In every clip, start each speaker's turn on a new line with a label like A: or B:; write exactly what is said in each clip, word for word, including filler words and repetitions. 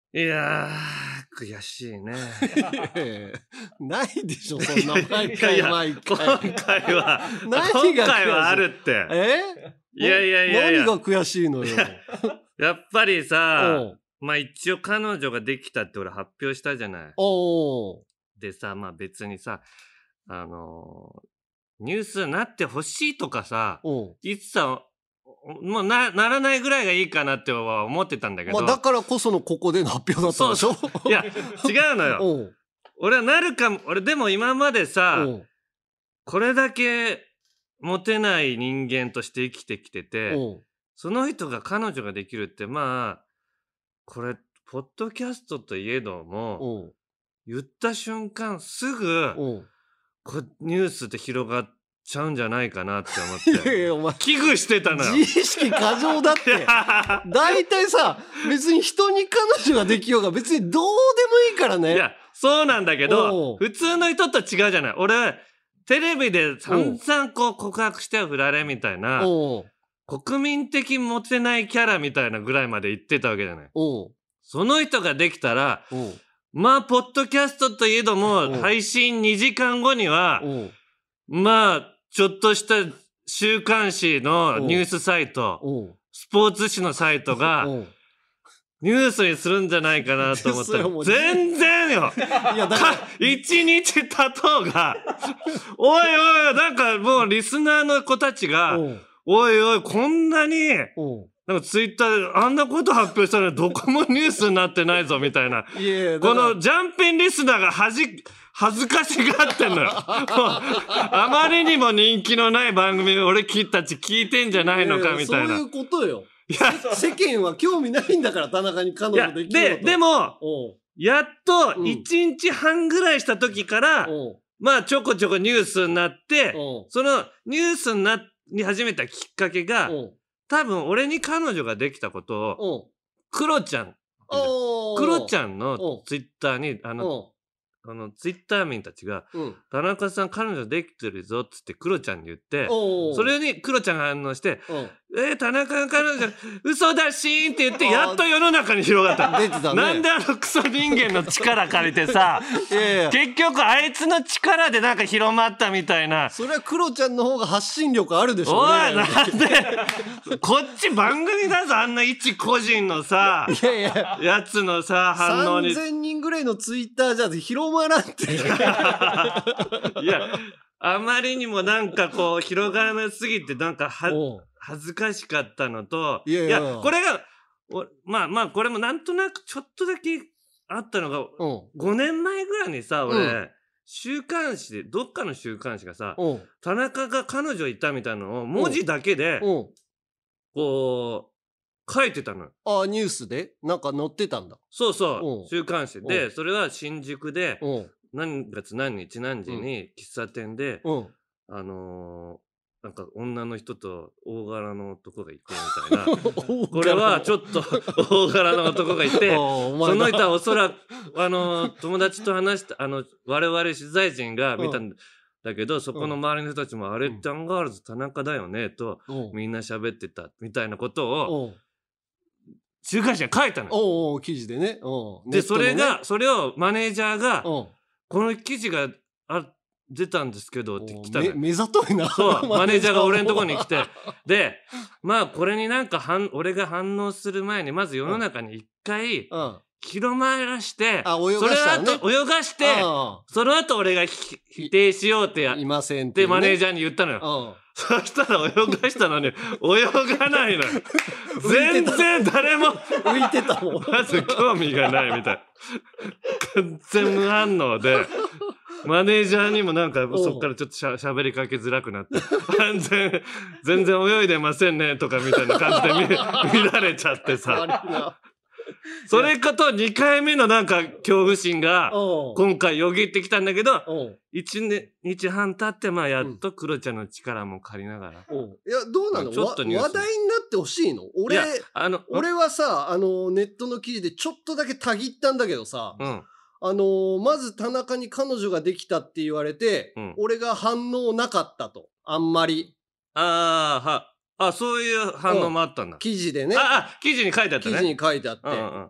A: いやー、悔しいね。
B: ないでしょ、そんな毎回毎回。
A: 今回は、
B: 何が
A: 今回はあるって。
B: え
A: いやいやいやいや。
B: 何が悔しいのよ。
A: やっぱりさ、まあ一応彼女ができたって俺発表したじゃない。
B: お
A: でさ、まあ別にさ、あのー、ニュースになってほしいとかさ、いつさ、もうな、ならないぐらいがいいかなっては思ってたんだけど。
B: まあだからこそのここでの発表だったでしょ。
A: そうそういや、違うのよ。俺はなるかも、俺でも今までさ、これだけモテない人間として生きてきてて、その人が彼女ができるってまあ、これ、ポッドキャストといえども、言った瞬間すぐ、こニュースで広がっちゃうんじゃないかなって思って。いやいやお前危惧してたのよ。
B: 自意識過剰だって。大体さ、別に人に彼女ができようが別にどうでもいいからね。
A: いや、そうなんだけど、普通の人とは違うじゃない。俺、テレビで散々こう告白しては振られみたいな、国民的モテないキャラみたいなぐらいまで言ってたわけじゃない。その人ができたら、まあ、ポッドキャストといえども、配信にじかんごには、まあ、ちょっとした週刊誌のニュースサイト、スポーツ紙のサイトが、ニュースにするんじゃないかなと思ったら、全然よ一日経とうが、おいおい、なんかもうリスナーの子たちが、おいおい、こんなに、なんかツイッターであんなこと発表したのにどこもニュースになってないぞみたいな。このジャンピンリスナーがはじ、恥ずかしがってんのよ。あまりにも人気のない番組俺たち聞いてんじゃないのかみたいな。
B: そういうことよ。いや世間は興味ないんだから田中に彼女できる
A: で、でも、やっといちにちはんぐらいした時から、まあちょこちょこニュースになって、そのニュースになり始めたきっかけが、多分俺に彼女ができたことを、クロちゃん、クロちゃんのツイッターに、あの、あの、ツイッター民たちが、うん、田中さん彼女できてるぞっつってクロちゃんに言って、それにクロちゃんが反応して、えー、田中が彼女、嘘だしーんって言って、やっと世の中に広がった。出てたね。なんであのクソ人間の力借りてさ、いやいや結局あいつの力でなんか広まったみたいな。
B: それはクロちゃんの方が発信力あるでしょうね。
A: おい、なんで、こっち番組だぞ、あんな一個人のさ、いやいや、やつのさ、反応に。
B: さんぜんにんぐらいのツイッターじゃ広まらんって。
A: いや、あまりにもなんかこう、広がらなすぎて、なんかは、恥ずかしかったのと、いやいや、いやこれが、まあまあ、これもなんとなくちょっとだけあったのが、ごねんまえぐらいにさ、俺、うん、週刊誌で、どっかの週刊誌がさ、田中が彼女いたみたいなのを文字だけで、こう、書いてたのよ。
B: ああ、ニュースでなんか載ってたんだ。
A: そうそう、週刊誌で、それは新宿で、何月何日何時に喫茶店で、あのー、なんか女の人と大柄の男がいてみたいな。これはちょっと大柄の男がいて、その人はおそらく、あのー、友達と話した、あの、我々取材陣が見たんだけど、そこの周りの人たちも、あれってアンガールズ田中だよね、と、みんな喋ってた、みたいなことを、週刊誌が書いたのよ。
B: おうおう記事でね。
A: で、それが、それをマネージャーが、この記事があ出たんですけどって来たのよ。
B: 目ざといな。
A: そう、マネージャーが俺のとこに来て、で、まあこれになんか反、俺が反応する前に、まず世の中に一回、広まらして、それ後泳がして、その後俺が否定しようってや、
B: いません
A: ってマネージャーに言ったのよ。そしたら泳がしたのに、泳がないのよ。全然誰も
B: 浮いてたもん。
A: まず興味がないみたい。完全無反応で、マネージャーにもなんかそっからちょっとしゃ喋りかけづらくなって、全然、全然泳いでませんねとかみたいな感じで 見, 見られちゃってさ。それかとにかいめのなんか恐怖心が今回よぎってきたんだけど、いちにちはん経ってまあやっとクロちゃんの力も借りながら。い
B: や、どうなの？話題になってほしいの？俺、あの、俺はさ、あの、ネットの記事でちょっとだけたぎったんだけどさ、うん、あのー、まず田中に彼女ができたって言われて、うん、俺が反応なかったと。あんまり。
A: ああ、は。あ、そういう反応もあったんだ。
B: 記事でね。
A: ああ、記事に書いてあったね。
B: 記事に書いてあって。うんうん、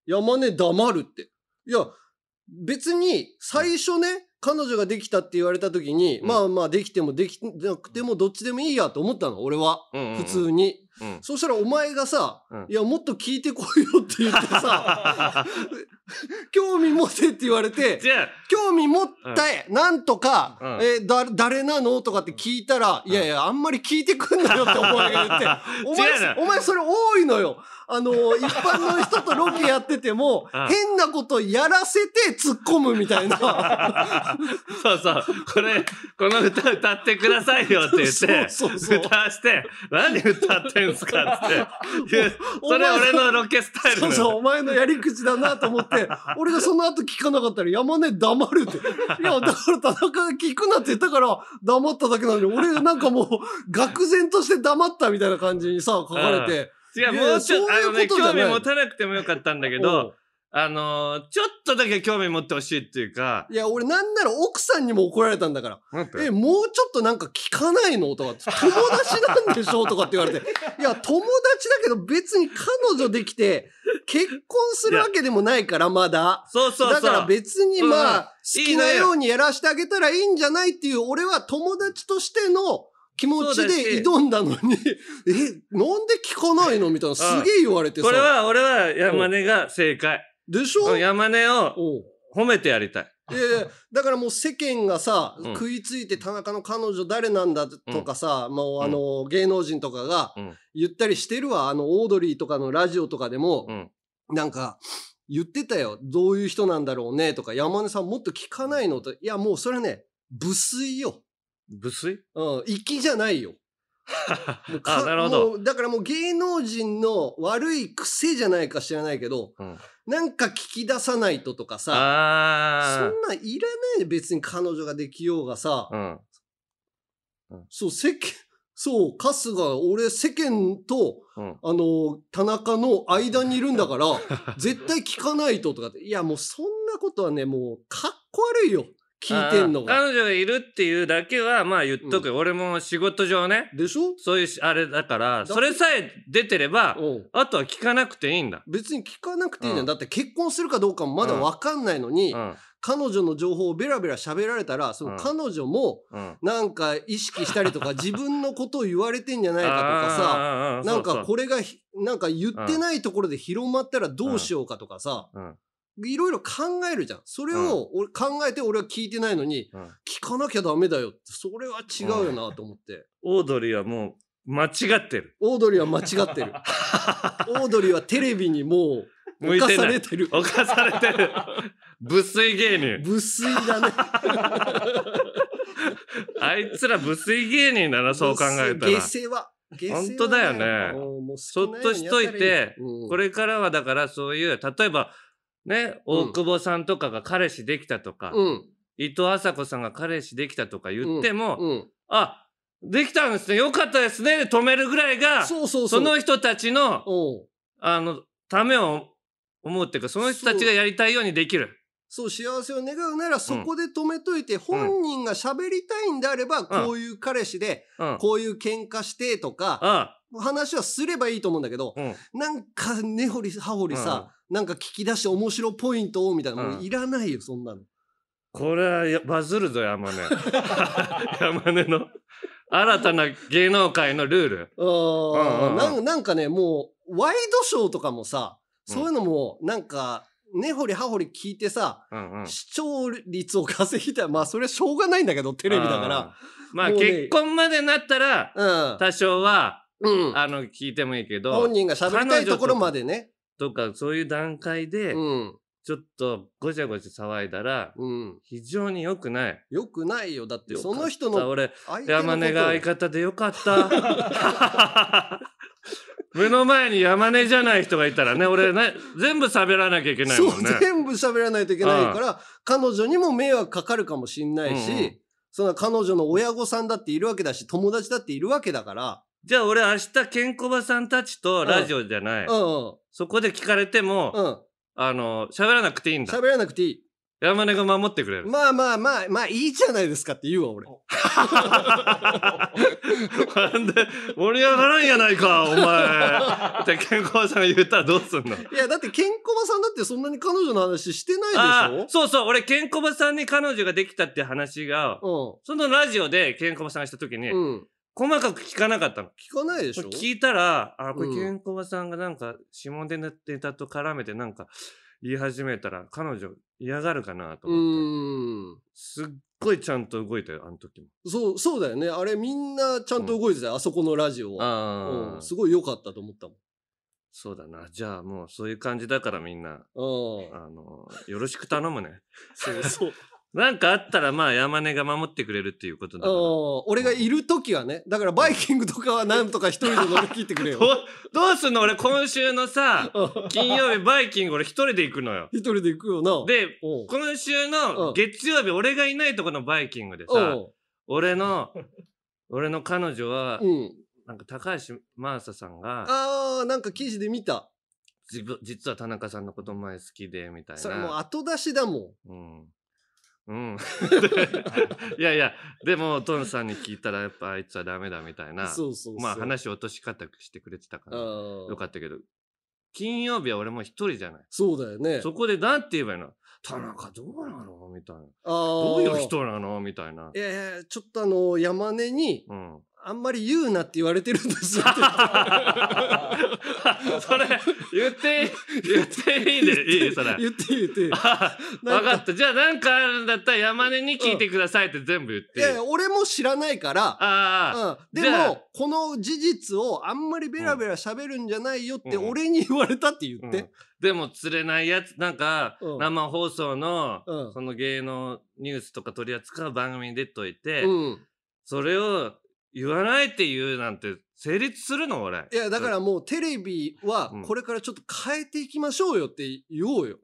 B: 山根黙るって。いや、別に最初ね、彼女ができたって言われた時に、うん、まあまあできてもできなくてもどっちでもいいやと思ったの、俺は。うんうんうん、普通に。うん、そしたらお前がさ、うん、いやもっと聞いてこいよって言ってさ興味持てって言われて興味持ったい、うん、なんとか、うん、えー、だ誰なのとかって聞いたら、うん、いやいやあんまり聞いてくんなよってお前が言ってお前お前それ多いのよ。あのー、一般の人とロケやってても変なことやらせて突っ込むみたいな
A: そうそうこれこの歌歌ってくださいよって言って
B: そうそうそう
A: 歌わして何歌ってんすかってそれ俺のロケスタイル。
B: そうそうお前のやり口だなと思って俺がその後聞かなかったら山根黙るって。いやだから田中が聞くなって言ったから黙っただけなのに俺なんかもう愕然として黙ったみたいな感じにさ書かれて。
A: 違う、もうちょっと、あのね、興味持たなくてもよかったんだけど、あのー、ちょっとだけ興味持ってほしいっていうか。
B: いや、俺なんなら奥さんにも怒られたんだから。え、もうちょっとなんか聞かないのとか、友達なんでしょとかって言われて。いや、友達だけど別に彼女できて、結婚するわけでもないから、まだ。
A: そうそうそう。
B: だから別にまあ、好きなようにやらしてあげたらいいんじゃないっていう、俺は友達としての、気持ちで挑んだのに、え、なんで聞かないのみたいな、すげえ言われてさ。
A: これは、俺は山根が正解。
B: でしょ？
A: 山根を褒めてやりたい。
B: いやいや、だからもう世間がさ、うん、食いついて田中の彼女誰なんだとかさ、うん、もうあの、芸能人とかが言ったりしてるわ。あの、オードリーとかのラジオとかでも、うん、なんか、言ってたよ。どういう人なんだろうねとか、山根さんもっと聞かないのと。いや、もうそれね、無粋よ。
A: 無粋？
B: うん、粋じゃないよ。
A: あ、なるほど。
B: もうだからもう芸能人の悪い癖じゃないか知らないけど、うん、なんか聞き出さないととかさ、あそんなんいらない別に彼女ができようがさ、うんうん、そう、世間、そう、春日、俺世間と、うん、あの、田中の間にいるんだから、絶対聞かないととかって、いやもうそんなことはね、もうかっこ悪いよ。聞いてんのが。
A: 彼女がいるっていうだけはまあ言っとくよ、うん、俺も仕事上ね
B: でしょ
A: そういうあれだからそれさえ出てればあとは聞かなくていいんだ。
B: 別に聞かなくていいじゃん、うん、だって結婚するかどうかもまだ分かんないのに、うん、彼女の情報をベラベラ喋られたらその彼女もなんか意識したりとか自分のことを言われてんじゃないかとかさなんかこれがなんか言ってないところで広まったらどうしようかとかさ、うんうんいろいろ考えるじゃん。それを俺考えて俺は聞いてないのに、うん、聞かなきゃダメだよって、それは違うよなと思って。
A: オードリーはもう間違ってる。
B: オードリーは間違ってる。オードリーはテレビにもう侵されてる。
A: 侵されてる。無粋芸人。
B: 無粋だね。
A: あいつら無粋芸人だな、そう考えたら。
B: 下世話。
A: 本当だよね。そっとしといて、うん、これからはだからそういう、例えば、ね、大久保さんとかが彼氏できたとか、うん、伊藤麻子さんが彼氏できたとか言っても、うんうん、あ、できたんですね、よかったですね、で止めるぐらいが、そうそうそうその人たちの、あの、ためを思うっていうか、その人たちがやりたいようにできる。
B: そう、幸せを願うならそこで止めといて、うん、本人が喋りたいんであれば、こういう彼氏で、うん、こういう喧嘩してとか、うん、話はすればいいと思うんだけど、うん、なんか根掘り葉掘りさ、うん、なんか聞き出して面白ポイントをみたいな、もういらないよ、そんなの。
A: これはバズるぞ、山根。山根の新たな芸能界のルール。
B: うんうんうん、なんかね、もう、ワイドショーとかもさ、そういうのも、なんか、根掘り葉掘り聞いてさ、うんうん、視聴率を稼ぎたい。まあ、それはしょうがないんだけど、テレビだから。
A: まあ、ね、結婚までなったら、うん、多少は、うん、あの、聞いてもいいけど、
B: 本人が喋りたいところまでね。
A: とか、そういう段階で、うん、ちょっとごちゃごちゃ騒いだら、うん、非常に良くない。
B: 良くないよ。だって、その人の。
A: 俺、山根が相方でよかった。目の前に山根じゃない人がいたらね、俺ね、全部喋らなきゃいけないもんね。
B: そう、全部喋らないといけないから、彼女にも迷惑かかるかもしんないし、うんうん、その彼女の親御さんだっているわけだし、友達だっているわけだから。
A: じゃあ俺明日ケンコバさんたちとラジオじゃない。うんうん、そこで聞かれても、うん、あの、喋らなくていいんだ。
B: 喋らなくていい。
A: 山根が守ってくれる。
B: まあまあまあまあいいじゃないですかって言うわ俺。
A: なんで盛り上がらんやないかお前。ってケンコバさんが言ったらどうすんの？
B: いやだってケンコバさんだってそんなに彼女の話してないでしょ？
A: そうそう、俺ケンコバさんに彼女ができたって話が、うん、そのラジオでケンコバさんがした時に、うん、細かく聞かなかったの。
B: 聞かないでしょ？
A: 聞いたら、あ、これケンコバさんがなんか下ネタと絡めてなんか言い始めたら彼女嫌がるかなと思って。すっごいちゃんと動いたよ、あの時も。
B: そう、そうだよね。あれみんなちゃんと動いてたよ、うん、あそこのラジオは。うん、すごい良かったと思ったもん。
A: そうだな。じゃあもうそういう感じだからみんな、あの、よろしく頼むね。
B: そうそう。
A: なんかあったらまあ山根が守ってくれるっていうことだから。
B: 俺がいる時はね。だからバイキングとかはなんとか一人で乗り切ってくれよ。
A: ど, どうすんの俺今週のさ、金曜日バイキング俺一人で行くのよ。
B: 一人で行くよな。
A: で、今週の月曜日俺がいないとこのバイキングでさ、俺の、俺の彼女は、うん、なんか高橋真麻さんが、
B: あー、なんか記事で見た。
A: 実は田中さんのこと前好きで、みたいな。
B: それもう後出しだもん。
A: うん。うん、いやいやでもトンさんに聞いたらやっぱあいつはダメだみたいな、そうそうそう、まあ話を落とし方してくれてたからよかったけど、金曜日は俺も一人じゃない。
B: そうだよね。
A: そこでなんて言えばいいの？田中どうなのみたいな。どういう人なのみたいな。
B: いやいやちょっとあの山根に、うん、あんまり言うなって言われてるんですよ。
A: それ言って言っていいでいいそれ。
B: 言って言って。
A: 分かった。じゃあなんかあるんだったら山根に聞いてくださいって全部言って。
B: いやいや俺も知らないから。ああ、うん。でもこの事実をあんまりベラベラ喋るんじゃないよって俺に言われたって言って。うんうん、
A: でも釣れないやつなんか、うん、生放送の、うん、その芸能ニュースとか取り扱う番組に出といて、うん、それを言わないって言うなんて成立するの俺。
B: いやだからもうテレビはこれからちょっと変えていきましょうよって言おうよ。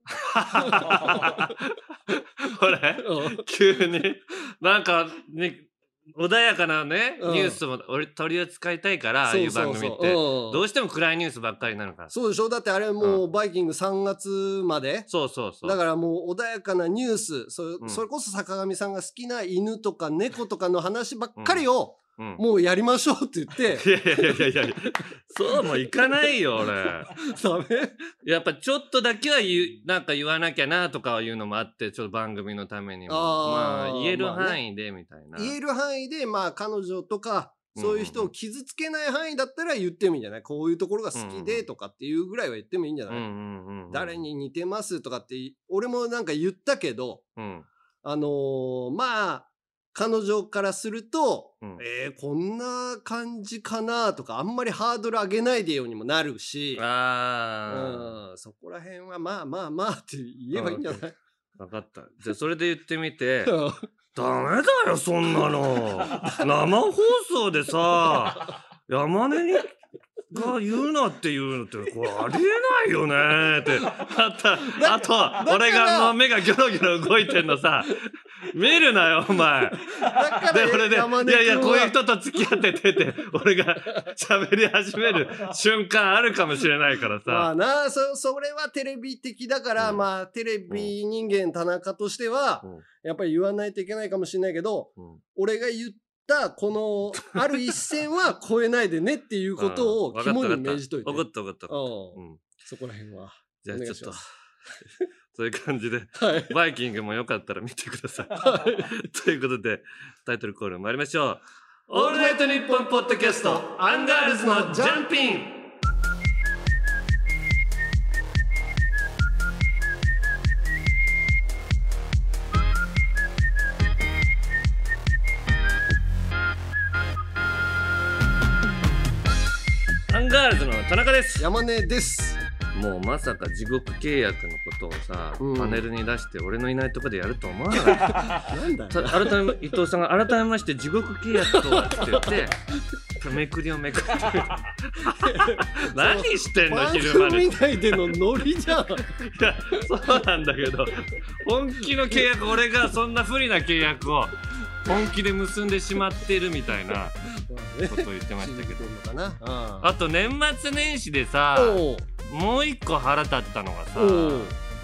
A: 俺、うん、急になんかね穏やかなね、うん、ニュースも俺取り扱いたいからああいう番組って、うん、どうしても暗いニュースばっかりになるから。
B: そうでしょ。だってあれもうバイキングさんがつまで、うん、
A: そうそうそう。
B: だからもう穏やかなニュース そ,、うん、それこそ坂上さんが好きな犬とか猫とかの話ばっかりを、うん、もうやりましょうって言って。
A: いやいやいやいやいやそうもいかないよ俺。
B: ダメ？
A: やっぱちょっとだけは言うなんか言わなきゃなとかいうのもあってちょっと番組のためにもまあ言える範囲でみたいな、
B: まあね、言える範囲でまあ彼女とかそういう人を傷つけない範囲だったら言ってもいいんじゃない？こういうところが好きでとかっていうぐらいは言ってもいいんじゃない？誰に似てますとかって俺もなんか言ったけど、うん、あのー、まあ彼女からすると、うん、えー、こんな感じかなとかあんまりハードル上げないでようにもなるし、あ、うん、そこら辺はまあまあまあって言えばいいんじゃない？
A: 分かった。じゃあそれで言ってみてダメだよそんなの生放送でさ山根にが言うなっていうのってこれありえないよねってあったあと俺が目がギョロギョロ動いてんのさ見るなよお前。で俺でいやいやこういう人と付き合っててって俺が喋り始める瞬間あるかもしれないからさ。
B: まあな そ, それはテレビ的だから、うん、まあテレビ人間田中としては、うん、やっぱり言わないといけないかもしれないけど、うん、俺が言ったこのある一線は超えないでねっていうことを肝に銘じといて。
A: 分かった分かった。
B: うん、そこら辺は。
A: じゃあちょっとそういう感じで、はい、バイキングもよかったら見てください。はい、ということでタイトルコール参りましょう。オールナイトニッポンポッドキャストアンガールズのジャンピン。アンガールズの田中です。
B: 山根です。
A: もうまさか地獄契約のことをさ、うん、パネルに出して俺のいないとこでやると思わなかった。なんだ改め伊藤さんが改めまして地獄契約とはって言ってめくりをめくって何してんの昼間
B: に。番組内でのノリじゃん。い
A: やそうなんだけど本気の契約俺がそんな不利な契約を本気で結んでしまっているみたいなことを言ってましたけどあと年末年始でさもう一個腹立ったのがさ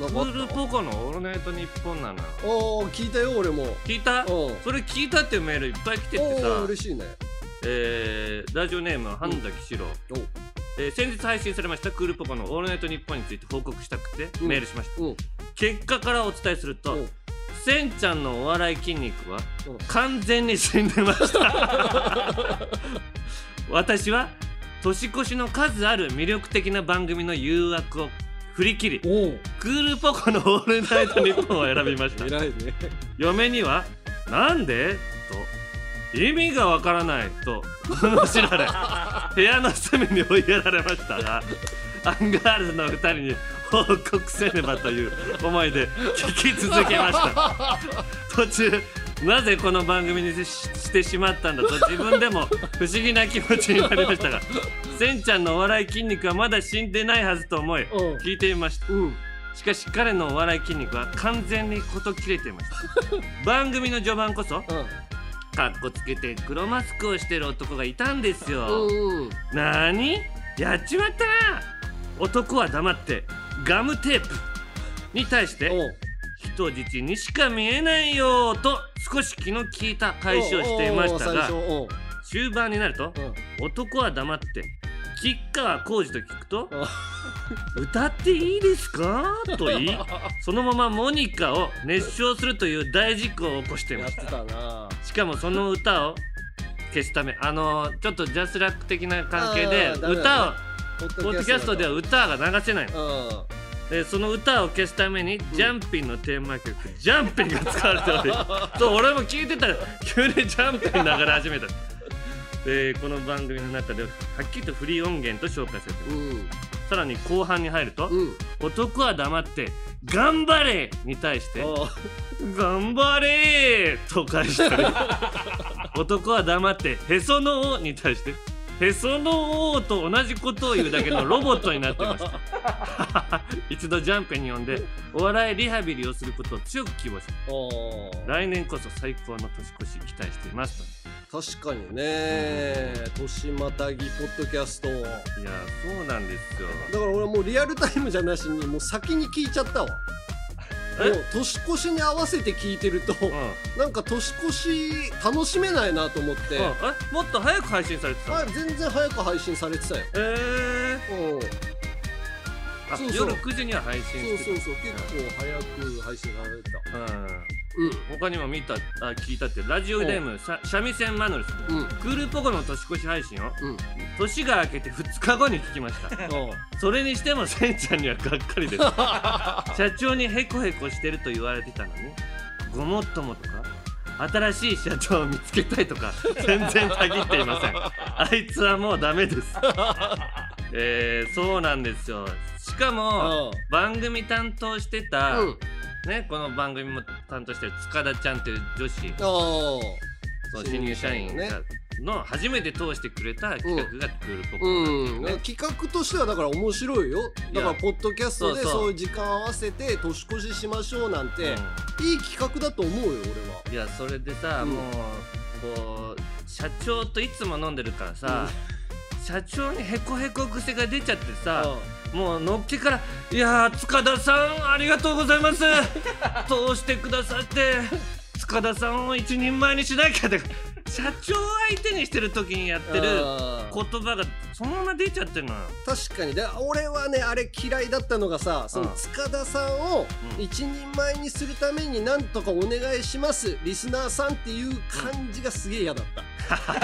A: クールポコのオールナイトニッポンなのよ。
B: おお、聞いたよ俺も。
A: 聞いた？それ聞いたっていうメールいっぱい来ててさ。
B: 嬉しいね。
A: えー、ラジオネームは半崎史郎、えー、先日配信されましたクールポコのオールナイトニッポンについて報告したくてメールしました。結果からお伝えすると、せんちゃんのお笑い筋肉は完全に死んでました私は年越しの数ある魅力的な番組の誘惑を振り切り、クールポコのオールナイトニッポンを選びました。
B: 偉いね。
A: 嫁にはなんでと意味がわからないと罵られ部屋の隅に追いやられましたが、アンガールズのふたりに報告せねばという思いで聞き続けました途中なぜこの番組に し, してしまったんだと自分でも不思議な気持ちになりましたが、せんちゃんのお笑い筋肉はまだ死んでないはずと思い聞いてみました。しかし彼のお笑い筋肉は完全に事切れていました番組の序盤こそかっこつけて黒マスクをしてる男がいたんですよ。なーにやっちまったな。男は黙ってガムテープに対して人質にしか見えないよと少し気の利いた返しをしていましたが、終盤になると男は黙って吉川晃司と聞くと歌っていいですかと言い、そのままモニカを熱唱するという大事故を起こしていました。しかもその歌を消すため、あのー、ちょっとジャスラック的な関係で歌をポッドキャストでは歌が流せないので、その歌を消すためにジャンピンのテーマ曲、うん、ジャンピンが使われておりそう俺も聞いてたら急にジャンピン流れ始めたで、この番組の中ではっきりとフリー音源と紹介されています、うん、さらに後半に入ると、うん、男は黙って頑張れに対して頑張れと返したり男は黙ってへその緒に対してへその緒と同じことを言うだけのロボットになってました一度ジャンペに呼んでお笑いリハビリをすることを強く希望し来年こそ最高の年越し期待していますと。
B: 確かにね、うん、年またぎポッドキャスト、いや
A: そうなんですよ。
B: だから俺はもうリアルタイムじゃなしにもう先に聞いちゃったわ。もう年越しに合わせて聞いてると、うん、なんか年越し楽しめないなと思って、うん、
A: えもっと早く配信されてたの？
B: 全然早く配信されてたよ。
A: えー、うんあそうそう夜くじには配信して
B: た。そうそうそう結構早く配信されてた。うん
A: うん、他にも見たあ聞いたってラジオネーム三味線マヌルさん、うん、クールポコの年越し配信を、うん、年が明けてふつかごに聞きましたそれにしてもせんちゃんにはがっかりです社長にヘコヘコしてると言われてたのにごもっともとか新しい社長を見つけたいとか全然たぎっていませんあいつはもうダメですえー、そうなんですよ。しかも番組担当してた、うんね、この番組も担当してる塚田ちゃんという女子そう新入社員の初めて通してくれた企画がクールポコなんですよね、
B: うん、企画としてはだから面白いよ。だからポッドキャストでそういう時間合わせて年越ししましょうなんて、うん、いい企画だと思うよ俺は。
A: いやそれでさ、うん、もうこう社長といつも飲んでるからさ、うん、社長にヘコヘコ癖が出ちゃってさ、うん、もうのっけからいやー塚田さんありがとうございます通してくださって塚田さんを一人前にしなきゃって社長相手にしてる時にやってる言葉がそのまま出ちゃってるのよ。
B: 確かにだ俺はねあれ嫌いだったのがさ、その塚田さんを一人前にするためになんとかお願いしますリスナーさんっていう感じがすげえ嫌だった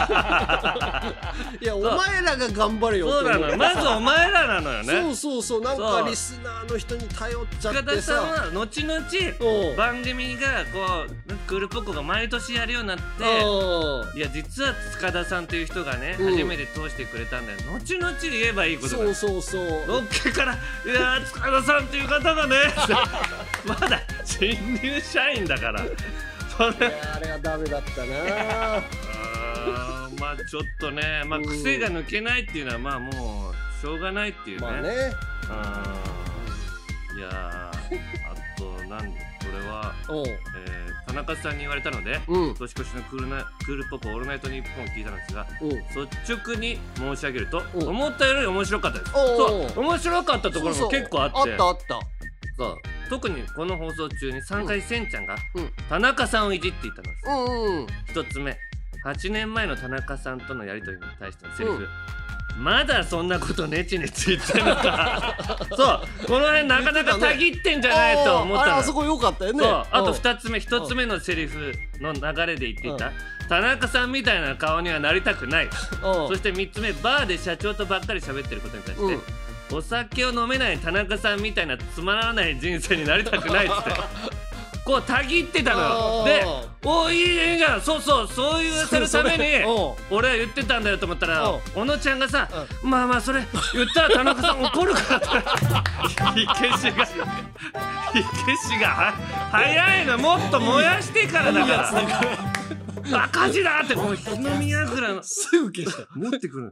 B: いやお前らが頑張れよって。
A: そうなのまずお前らなのよね
B: そうそうそうなんかリスナーの人に頼っちゃってさ。
A: 塚田さんは後々番組がこうクールポコが毎年やるようになっていや実は塚田さんという人がね、うん、初めて通してくれたんだよ。後々言えばいいことだ。
B: そうそうそう
A: のっけからいや塚田さんという方がねまだ新入社員だから
B: それあれはダメだったな
A: あまあちょっとね、まあ、癖が抜けないっていうのはまあもうしょうがないっていうね。
B: まあね
A: あいやあとなんでこれは、えー、田中さんに言われたので、うん、年越しのクールなクールポコオールナイトニッポンを聞いたのですが、率直に申し上げると思ったより面白かったです。そう面白かったところも結構あって
B: あったあった
A: そう特にこの放送中にさんかいせんちゃんが田中さんをいじっていたのです、うんうん、ひとつめはちねんまえの田中さんとのやり取りに対してのセリフ、うん、まだそんなことネチネチ言ってんのかそうこの辺なかなかたぎってんじゃないと思ったの、
B: あ, あそこ良かったよね。
A: そうあとふたつめひとつめのセリフの流れで言っていた田中さんみたいな顔にはなりたくないそしてみっつめバーで社長とばっかり喋ってることに対して、うんお酒を飲めない田中さんみたいなつまらない人生になりたくないっつってこうたぎってたのよ。でおいいいいじゃんそうそうそう言わせるために俺は言ってたんだよと思ったら小野ちゃんがさまあまあそれ言ったら田中さん怒るからって火消しが火消しが早いのもっと燃やしてからだから赤字だってもう火の見櫓の
B: すぐ消した
A: 持ってくる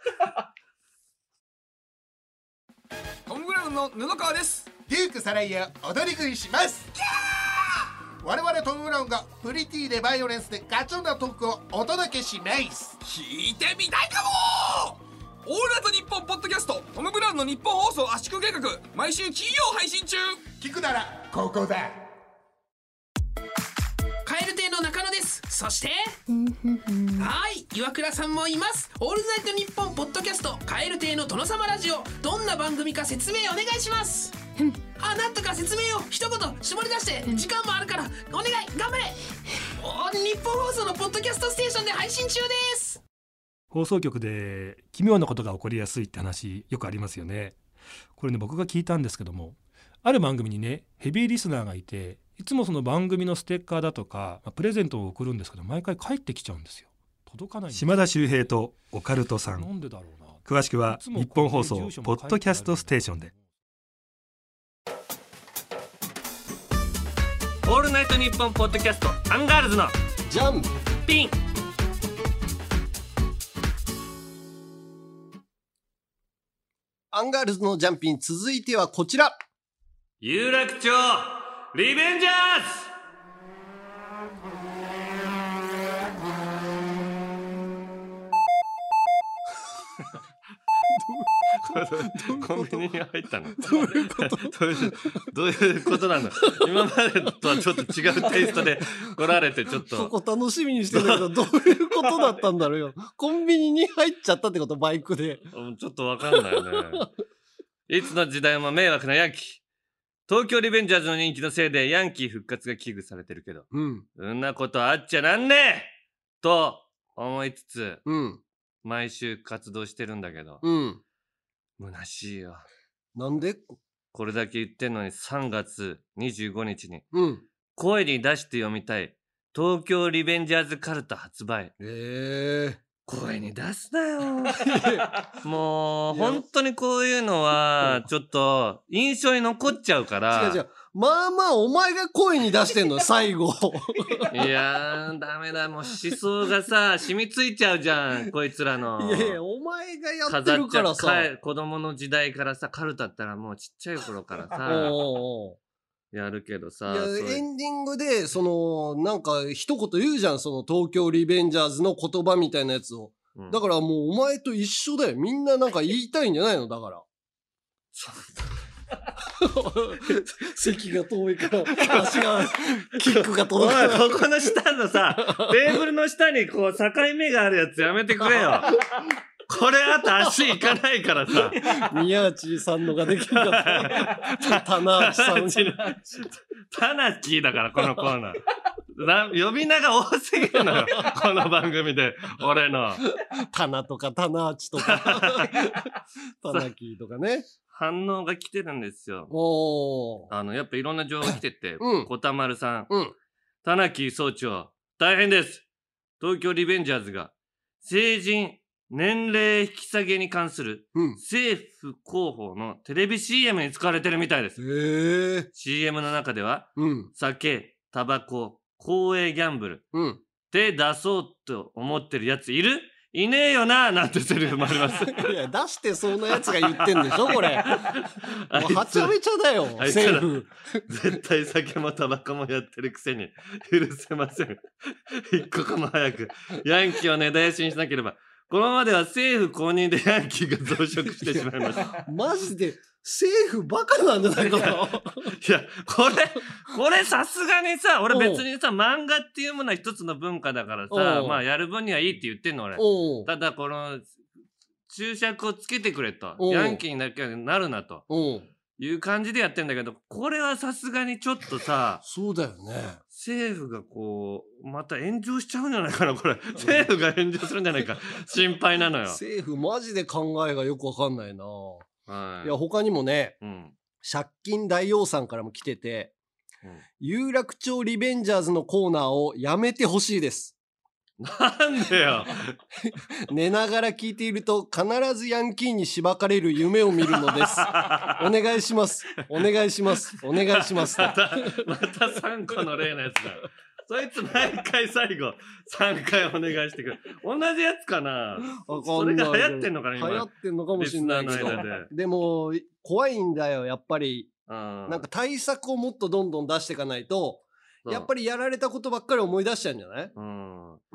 C: トム・ブラウンの布川です。
D: デュークサライヤ踊り食いします。我々トム・ブラウンがプリティでバイオレンスでガチョンなトークをお届けします。
C: 聞いてみたいかも。オールナイトニッポンポッドキャストトム・ブラウンの日本放送圧縮計画毎週金曜配信中。
D: 聞くならここだ。
C: カエル亭の中野です。そしてはい岩倉さんもいます。オールナイトニッポンポッドキャストカエル亭の殿様ラジオどんな番組か説明お願いしますあなんとか説明を一言絞り出して時間もあるからお願い頑張れお日本放送のポッドキャストステーションで配信中です。
E: 放送局で奇妙なことが起こりやすいって話よくありますよね。これね僕が聞いたんですけどもある番組にねヘビーリスナーがいていつもその番組のステッカーだとか、まあ、プレゼントを送るんですけど毎回帰ってきちゃうんですよ。届かないんです。島田秀平とオカルトさんなんでだろうな。詳しくは日本放送ポッドキャストステーションで。
A: オールナイトニッポンポッドキャストアンガールズの
B: ジャン
A: ピン
B: アンガールズのジャンピン続いてはこちら
A: 有楽町リベンジャーズコンビニに入ったの
B: どういうこと
A: どういうどういうことなの今までとはちょっと違うテイストで来られてちょっと
B: そこ楽しみにしてんだけどどういうことだったんだろうよコンビニに入っちゃったってことバイクで
A: ちょっとわかんないねいつの時代も迷惑なヤンキー東京リベンジャーズの人気のせいでヤンキー復活が危惧されてるけど、うん、そんなことあっちゃなんねえと思いつつ、うん、毎週活動してるんだけど、うん、虚しいよ。
B: なんで
A: これだけ言ってんのにさんがつにじゅうごにちに、うん、声に出して読みたい東京リベンジャーズカルタ発売。
B: えー、
A: 声に出すなよもう本当にこういうのはちょっと印象に残っちゃうから
B: 違う違うまあまあお前が声に出してんの最後
A: いやーダメだもう思想がさ染みついちゃうじゃんこいつらの
B: いやいやお前がやってるからさ
A: 子供の時代からさカルタったらもうちっちゃい頃からさおうやるけどさ
B: いやエンディングでそのなんか一言言うじゃんその東京リベンジャーズの言葉みたいなやつを、うん、だからもうお前と一緒だよみんななんか言いたいんじゃないのだから席が遠いから足がキックが届かない
A: ここの下のさテーブルの下にこう境目があるやつやめてくれよこれあと足いかないからさ
B: 宮内さんのができるかった棚内さん
A: タナキーだからこのコーナーな呼び名が多すぎるのよこの番組で俺の
B: 棚とか棚内とかタナキーとかね
A: 反応が来てるんですよ。おあのやっぱいろんな情報来てて、うん、小田丸さん、うん、田中総長大変です。東京リベンジャーズが成人年齢引き下げに関する政府広報のテレビ シーエム に使われてるみたいです。
B: へ
A: シーエム の中では、うん、酒、タバコ、公営ギャンブル、うん、手出そうと思ってるやついる？いねえよななんてセリフもあります
B: いや出してそうなやつが言ってんでしょこれもうはちゃめちゃだよ政府
A: 絶対酒もタバコもやってるくせに許せません一刻も早くヤンキーを根絶やしにしなければこのままでは政府公認でヤンキーが増殖してしまいました
B: マジで政府バカなんじゃないかな。いや、
A: これ、これさすがにさ、俺別にさ、漫画っていうものは一つの文化だからさ、まあやる分にはいいって言ってんの俺。ただこの、注釈をつけてくれと。ヤンキーになるなるなと。いう感じでやってんだけど、これはさすがにちょっとさ、
B: そうだよね。
A: 政府がこう、また炎上しちゃうんじゃないかな、これ。政府が炎上するんじゃないか、心配なのよ。
B: 政府マジで考えがよくわかんないな。はい。いや、他にもね、うん、借金大王さんからも来てて、うん、有楽町リベンジャーズのコーナーをやめてほしいです。
A: なんでよ。
B: 寝ながら聞いていると必ずヤンキーにしばかれる夢を見るのです。お願いします。お願いします。お願いします。
A: また、またさんこの例のやつだ。そいつ毎回最後さんかいお願いしてくる。同じやつかな。それが流行ってんのかな、今。
B: 流行ってんのかもしれないけど。でも、怖いんだよ、やっぱり。なんか対策をもっとどんどん出していかないと、やっぱりやられたことばっかり思い出しちゃうんじゃない？うん。
A: うん。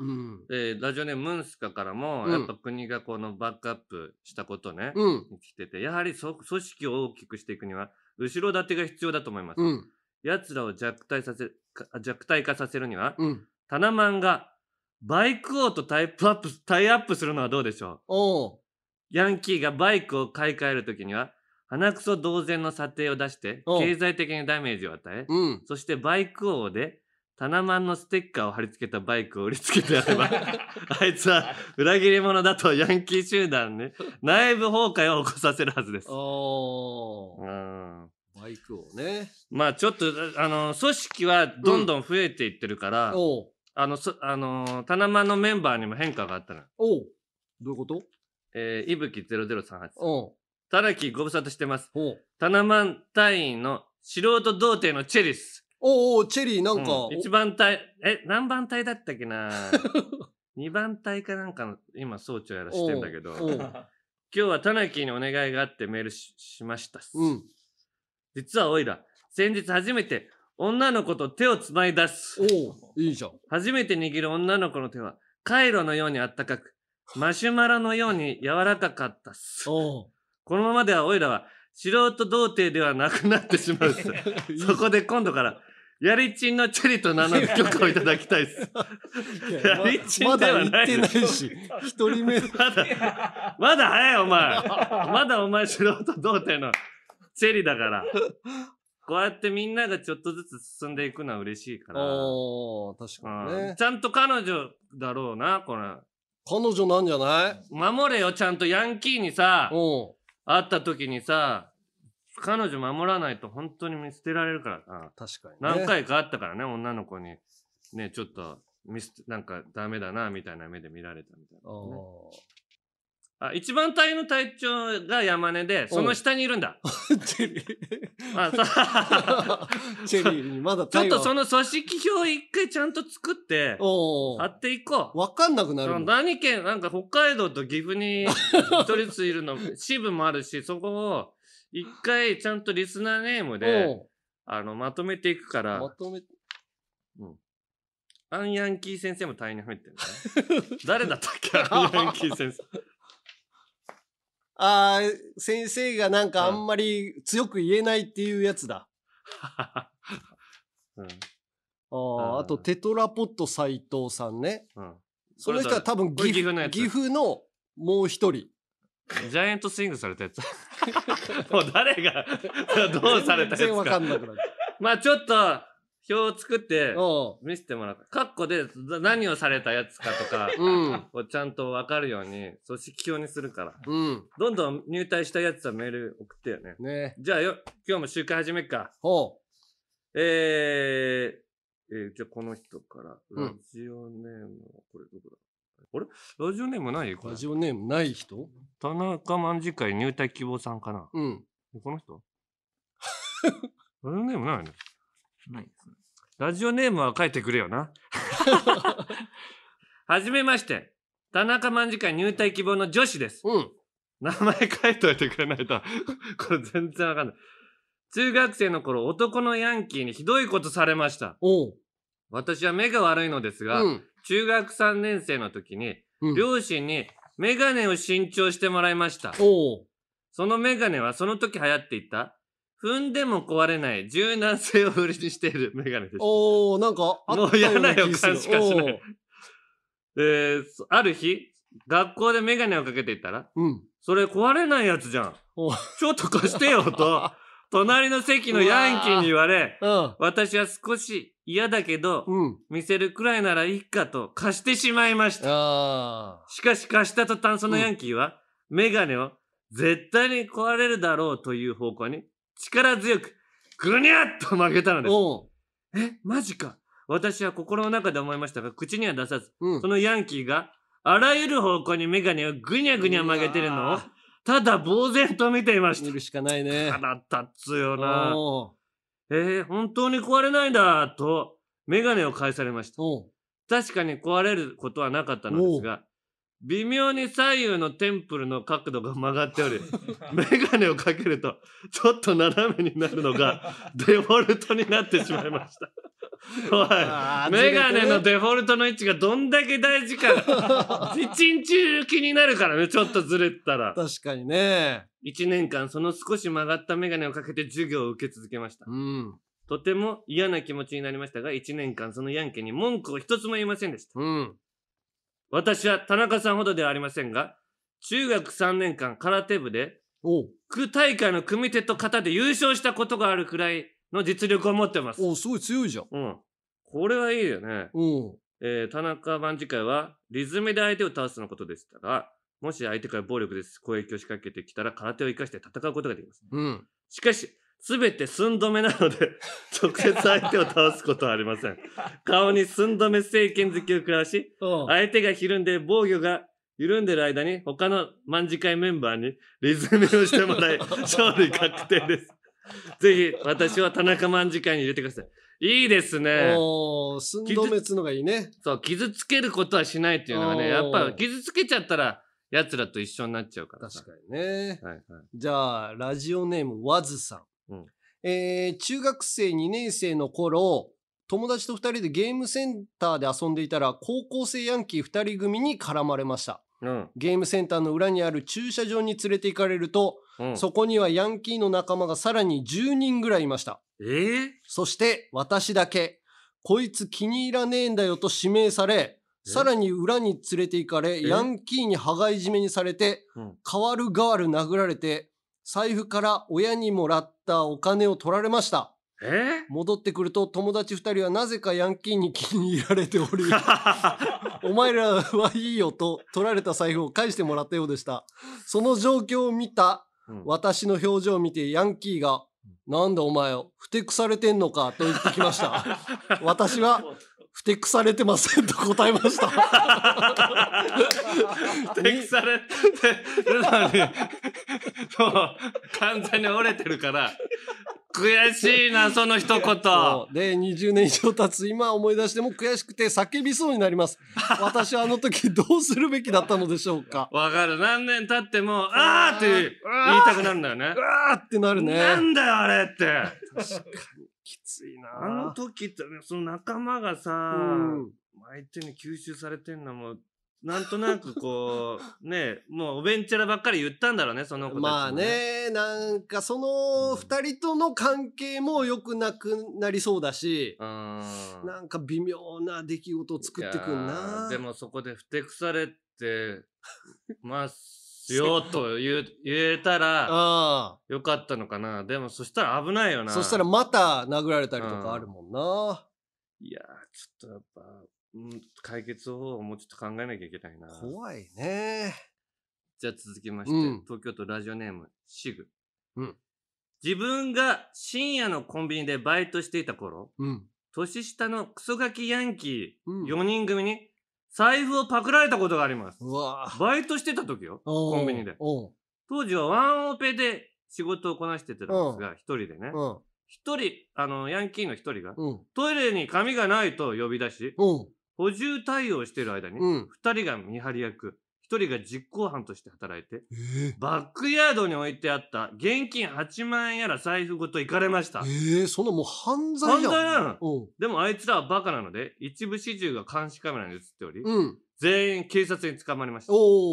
A: で、ラジオネームムンスカからも、やっぱ国がこのバックアップしたことね、うん、来てて、やはりそ組織を大きくしていくには、後ろ盾が必要だと思います。うん。奴らを弱体させ、弱体化させるには、うん、タナマンがバイク王とタイプアップ、タイアップするのはどうでしょう？おヤンキーがバイクを買い替えるときには、鼻くそ同然の査定を出して、経済的にダメージを与え、うん、そしてバイク王で、タナマンのステッカーを貼り付けたバイクを売りつけてやれば、あいつは裏切り者だとヤンキー集団に内部崩壊を起こさせるはずです。おー。うん
B: バイクをね。
A: まあちょっと、あの、組織はどんどん増えていってるから、うん、あの、そあの、タナマンのメンバーにも変化があったの。
B: おうどういうこと？
A: えー、いぶきゼロゼロさんはち。おうタラキご無沙汰してます。タナマン隊員の素人童貞のチェリス。
B: おうおうチェリーなんか。
A: うん、一番隊、え、何番隊だったっけな二番隊かなんかの、今総長やらしてんだけど、今日はタナキにお願いがあってメール し, しました。うん。実はおいら、先日初めて女の子と手をつない出す。
B: おいいじゃん。
A: 初めて握る女の子の手は、カイロのようにあったかく、マシュマロのように柔らかかったっす。おこのままではおいらは素人童貞ではなくなってしまうっす。そこで今度から、やりちんのチェリと名乗る許可をいただきたいっす。やりちんではない。
B: まだ言ってないし、一人目。
A: まだ、まだ早いお前。まだお前素人童貞の。チェリだから。こうやってみんながちょっとずつ進んでいくのは嬉しいから。
B: おー、確かにね。
A: ちゃんと彼女だろうな、これ。
B: 彼女なんじゃない？
A: 守れよ、ちゃんとヤンキーにさ、会った時にさ、彼女守らないと本当に見捨てられるからな。
B: 確かにね。
A: 何回かあったからね、女の子に。ね、ちょっと、ミス、なんかダメだな、みたいな目で見られたみたいな、ね。あ、一番隊の隊長が山根で、その下にいるんだ。チェリー。あ、さ
B: チェリーにまだ
A: ちょっとその組織表一回ちゃんと作って、貼っていこう。
B: わかんなくなる。
A: 何県、なんか北海道と岐阜に一人ずついるの、支部もあるし、そこを一回ちゃんとリスナーネームで、あの、まとめていくから。
B: まとめ、
A: うん。アンヤンキー先生も隊員に入ってるんだね。誰だったっけアンヤンキー先生。
B: ああ、先生がなんかあんまり強く言えないっていうやつだ。うん、ああ、あとテトラポット斎藤さんね。うん、その人は多分岐阜、岐阜のもう一人。
A: ジャイアントスイングされたやつ。もう誰がどうされたやつか。
B: 全然わかんなくなる。
A: まあちょっと表を作って見せてもらった。カッコで何をされたやつかとかをちゃんとわかるように組織表にするから。うん、どんどん入隊したやつはメール送ってよね。ね。じゃあよ、今日も集会始めっか。ほう。えー、えー、じゃあこの人から、ラジオネーム、これどこだ？あれラジオネームないこれ。
B: ラジオネームない人？
A: 田中卍会入隊希望さんかな。うん。この人ラジオネームないね。ないですね。ラジオネームは書いてくれよな。はじめまして。田中卍会入隊希望の女子です。うん。名前書いておいてくれないと。これ全然わかんない。中学生の頃、男のヤンキーにひどいことされました。おう。私は目が悪いのですが、うん、中学さんねん生の時に、うん、両親にメガネを新調してもらいました。おう。 そのメガネはその時流行っていた踏んでも壊れない柔軟性を売りにしているメガネです。
B: おー、なんかあ
A: もう嫌な予感しかしない。えー、ある日学校でメガネをかけていたら、うん、それ壊れないやつじゃん、ちょっと貸してよと隣の席のヤンキーに言われ、うん、私は少し嫌だけど、うん、見せるくらいならいいかと貸してしまいました。あしかし貸した途端そのヤンキーは、うん、メガネを絶対に壊れるだろうという方向に力強くぐにゃっと曲げたのです。え、マジか。私は心の中で思いましたが口には出さず、うん、そのヤンキーがあらゆる方向にメガネをぐにゃぐにゃ曲げてるのをただ呆然と見ていました。
B: 見るしかないね。
A: 腹立つよな。えー、本当に壊れないんだとメガネを返されました。確かに壊れることはなかったのですが、微妙に左右のテンプルの角度が曲がっておりメガネをかけるとちょっと斜めになるのがデフォルトになってしまいました。おい、メガネのデフォルトの位置がどんだけ大事か一日気になるからね、ちょっとずれたら。
B: 確かにね。
A: いちねんかんその少し曲がったメガネをかけて授業を受け続けました、うん、とても嫌な気持ちになりましたがいちねんかんそのヤンキーに文句を一つも言いませんでした、うん、私は田中さんほどではありませんが中学さんねんかん空手部で区大会の組手と形で優勝したことがあるくらいの実力を持ってます。
B: お、すごい強いじゃん。
A: うん。これはいいよね。うん。えー、田中番次会はリズムで相手を倒すのことでしたが、もし相手から暴力で攻撃を仕掛けてきたら空手を生かして戦うことができます。うん。しかし、すべて寸止めなので直接相手を倒すことはありません。顔に寸止め聖剣好きを食らわし、相手がひるんで防御が緩んでる間に他の卍会メンバーにリズムをしてもらい勝利確定です。ぜひ私は田中卍会に入れてください。いいですね。
B: おー、寸止めつのがいいね。
A: そう、傷つけることはしないっていうのはね、やっぱ傷つけちゃったら奴らと一緒になっちゃうからさ。
B: 確かにね。はいはい、じゃあラジオネームワズさん。うん、えー、中学生にねん生の頃、友達とふたりでゲームセンターで遊んでいたら高校生ヤンキーふたり組に絡まれました、うん、ゲームセンターの裏にある駐車場に連れて行かれると、うん、そこにはヤンキーの仲間がさらにじゅうにんぐらいいました。えー、そして私だけこいつ気に入らねえんだよと指名され、さらに裏に連れて行かれヤンキーに羽交い締めにされて、うん、代わる代わる殴られて財布から親にもらったお金を取られました。え戻ってくると友達ふたりはなぜかヤンキーに気に入られておりお前らはいいよと取られた財布を返してもらったようでした。その状況を見た私の表情を見てヤンキーがなんだお前ふてくされてんのかと言ってきました私はふてくされてませんと答えましたふ
A: てくされてるのにもう完全に折れてるから悔しいなその一言
B: でにじゅうねん以上経つ今思い出しても悔しくて叫びそうになります私はあの時どうするべきだったのでしょうか。
A: わかる。何年経ってもあーって言いたくなるんだよね。
B: あーってなるね。
A: なんだよあれって
B: 確かにきついな。
A: あの時ってその仲間がさ、うん、相手に吸収されてんのもなんとなくこうねもうおべんちゃらばっかり言ったんだろうねその子たちもね。
B: まあねなんかそのふたりとの関係も良くなくなりそうだし、うん、なんか微妙な出来事を作ってくんな。
A: でもそこでふてくされてますよと言えたらよかったのかな。でもそしたら危ないよな。
B: そしたらまた殴られたりとかあるもんな。
A: いやちょっとやっぱうん、解決方法をもうちょっと考えなきゃいけないな。
B: 怖いね。
A: じゃあ続きまして、うん、東京都ラジオネームシグ、うん、自分が深夜のコンビニでバイトしていた頃、うん、年下のクソガキヤンキーよにん組に財布をパクられたことがあります。うわバイトしてた時よコンビニで。当時はワンオペで仕事をこなしてたんですが一人でね、一人あのヤンキーの一人が、うん、トイレに紙がないと呼び出し、うん補充対応している間に、うん、ふたりが見張り役ひとりが実行犯として働いて、えー、バックヤードに置いてあった現金はちまんえんやら財布ごと行かれました。
B: えー、そんなもう犯罪じゃん。
A: 犯罪なの、うん、でもあいつらはバカなので一部始終が監視カメラに映っており、うん、全員警察に捕まりました。お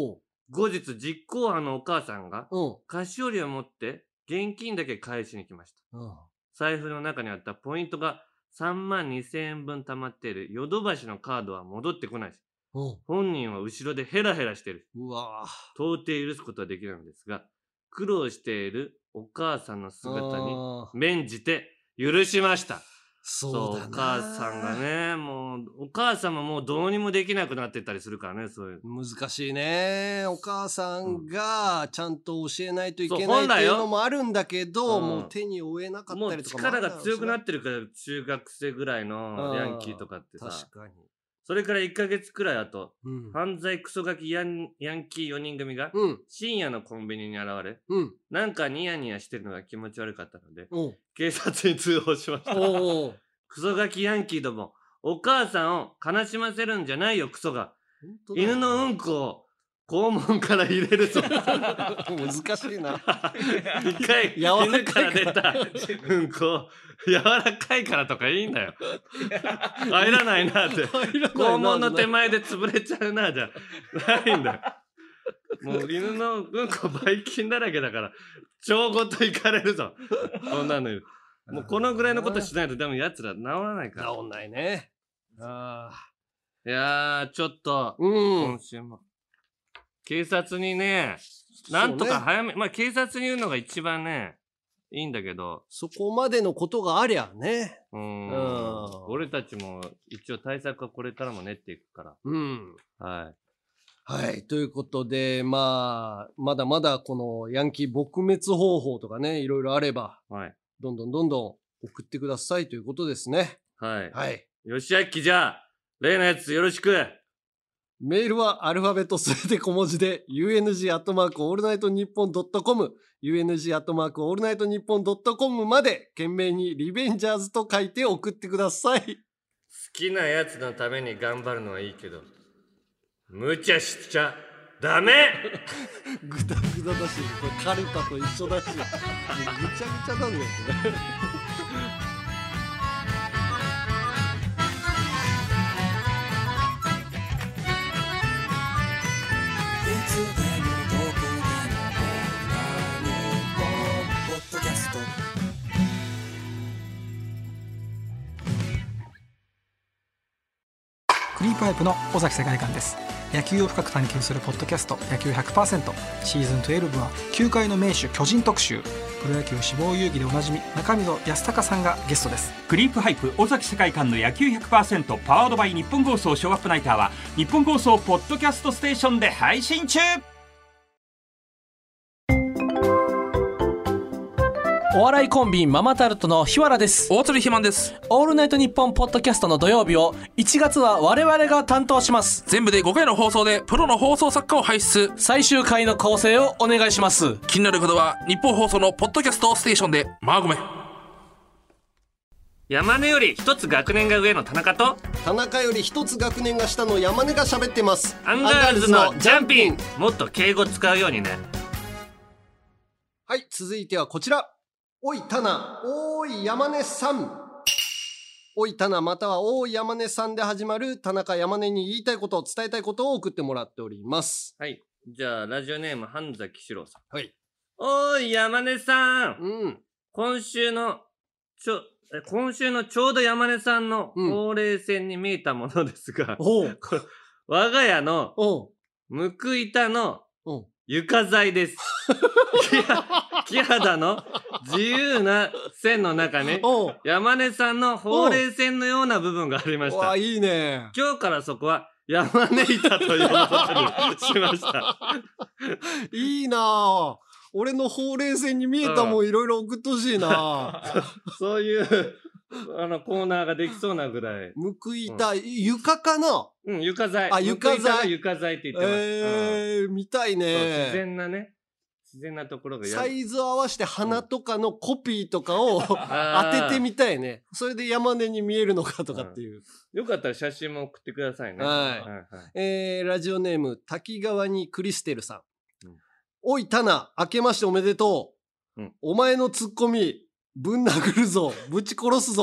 A: 後日実行犯のお母さんが菓子折りを持って現金だけ返しに来ました。財布の中にあったポイントがさんまんにせんえんぶん溜まっているヨドバシのカードは戻ってこないし、本人は後ろでヘラヘラしてる。うわ、到底許すことはできないのですが、苦労しているお母さんの姿に免じて許しました。そうだな。お母さんがね、もうお母さんももうどうにもできなくなってたりするからね。そういう
B: 難しいね。お母さんがちゃんと教えないといけないっていうのもあるんだけど、もう手に負えなかったりとかもある。
A: もう力が強くなってるから、中学生ぐらいのヤンキーとかってさ。確かに。それからいっかげつくらい後、うん、犯罪クソガキヤン、ヤンキーよにん組が深夜のコンビニに現れ、うん、なんかニヤニヤしてるのが気持ち悪かったので、うん、警察に通報しました。クソガキヤンキーども、お母さんを悲しませるんじゃないよクソが。犬のうんこを肛門から入れるぞ。
B: 難しいな。
A: 一回犬から出たうんこ柔らかいからとかいいんだよ。入らないなって。肛門の手前で潰れちゃうなじゃないんだよ。もう犬のうんこばい菌だらけだから腸ごといかれるぞ。こんなのもうこのぐらいのことしないとでもやつら治らないから。
B: 治んないね。あ
A: あ。いやーちょっと、うん、今週も警察にね、なんとか早め、ね、まあ警察に言うのが一番ね、いいんだけど。
B: そこまでのことがありゃね。
A: うん。うん、俺たちも一応対策はこれからも練っていくから。
B: うん。
A: はい。
B: はい。ということで、まあ、まだまだこのヤンキー撲滅方法とかね、いろいろあれば、はい。どんどんどんどん送ってくださいということですね。
A: はい。
B: はい。
A: よしあっきじゃあ、例のやつよろしく。
B: メールはアルファベットすべて小文字で ユーエヌジー アットマークオールナイトニッポンドットコム ユーエヌジー アットマークオールナイトニッポンドットコムまで懸命にリベンジャーズと書いて送ってください。好
A: きなやつのために頑張るのはいいけど無茶しちゃダメ。
B: グダグダだし、これカルタと一緒だし、ぐちゃぐちゃなんだよね。
F: クリープハイプの尾崎世界観です。野球を深く探求するポッドキャスト野球 ひゃくパーセント シーズンじゅうには球界の名手巨人特集。プロ野球志望遊戯でおなじみ中溝康隆さんがゲストです。
G: クリープハイプ尾崎世界観の野球 ひゃくパーセント パワードバイ日本放送ショーアップナイターは日本放送ポッドキャストステーションで配信中。
H: お笑いコンビママタルトの日原です。
I: 大鶴ひまんです。
H: オールナイトニッポンポッドキャストの土曜日をいちがつは我々が担当します。
I: 全部でごかいの放送でプロの放送作家を輩出。
H: 最終回の構成をお願いします。
I: 気になる方は日本放送のポッドキャストステーションでマーゴメ。
A: 山根より一つ学年が上の田中と
B: 田中より一つ学年が下の山根が喋ってます。
A: アンガールズのジャンピン。もっと敬語使うようにね。
B: はい、続いてはこちら。おいタナ、おーい山根さん。おいタナまたはおーい山根さんで始まる田中山根に言いたいことを伝えたいことを送ってもらっております。
A: はい。じゃあラジオネーム半崎史郎さん。
B: はい。
A: おーい山根さん。
B: うん。
A: 今週のちょ今週のちょうど山根さんのほうれい線に見えたものですが、
B: うん、
A: 我が家のむく板の床材です。木肌の自由な線の中に山根さんのほうれい線のような部分がありました。
B: わ、いいね。
A: 今日からそこは山根板ということにしました。
B: いいなぁ。俺のほうれい線に見えたもんいろいろ送ってほしいな
A: そういうあのコーナーができそうなぐらい。
B: むく板、うん、床かな。
A: うん、床材。
B: あ、床材。
A: 床材って言ってます。
B: えー、うん、見たいね。
A: 自然なね。自然なところが
B: サイズを合わせて花とかのコピーとかを、うん、当ててみたいね。それで山根に見えるのかとかっていう。
A: うん、よかったら写真も送ってくださいね。
B: はい。はいはい、えー、ラジオネーム滝川にクリステルさん。うん、おいタナ、明けましておめでとう。うん、お前のツッコミぶん殴るぞ、ぶち殺すぞ、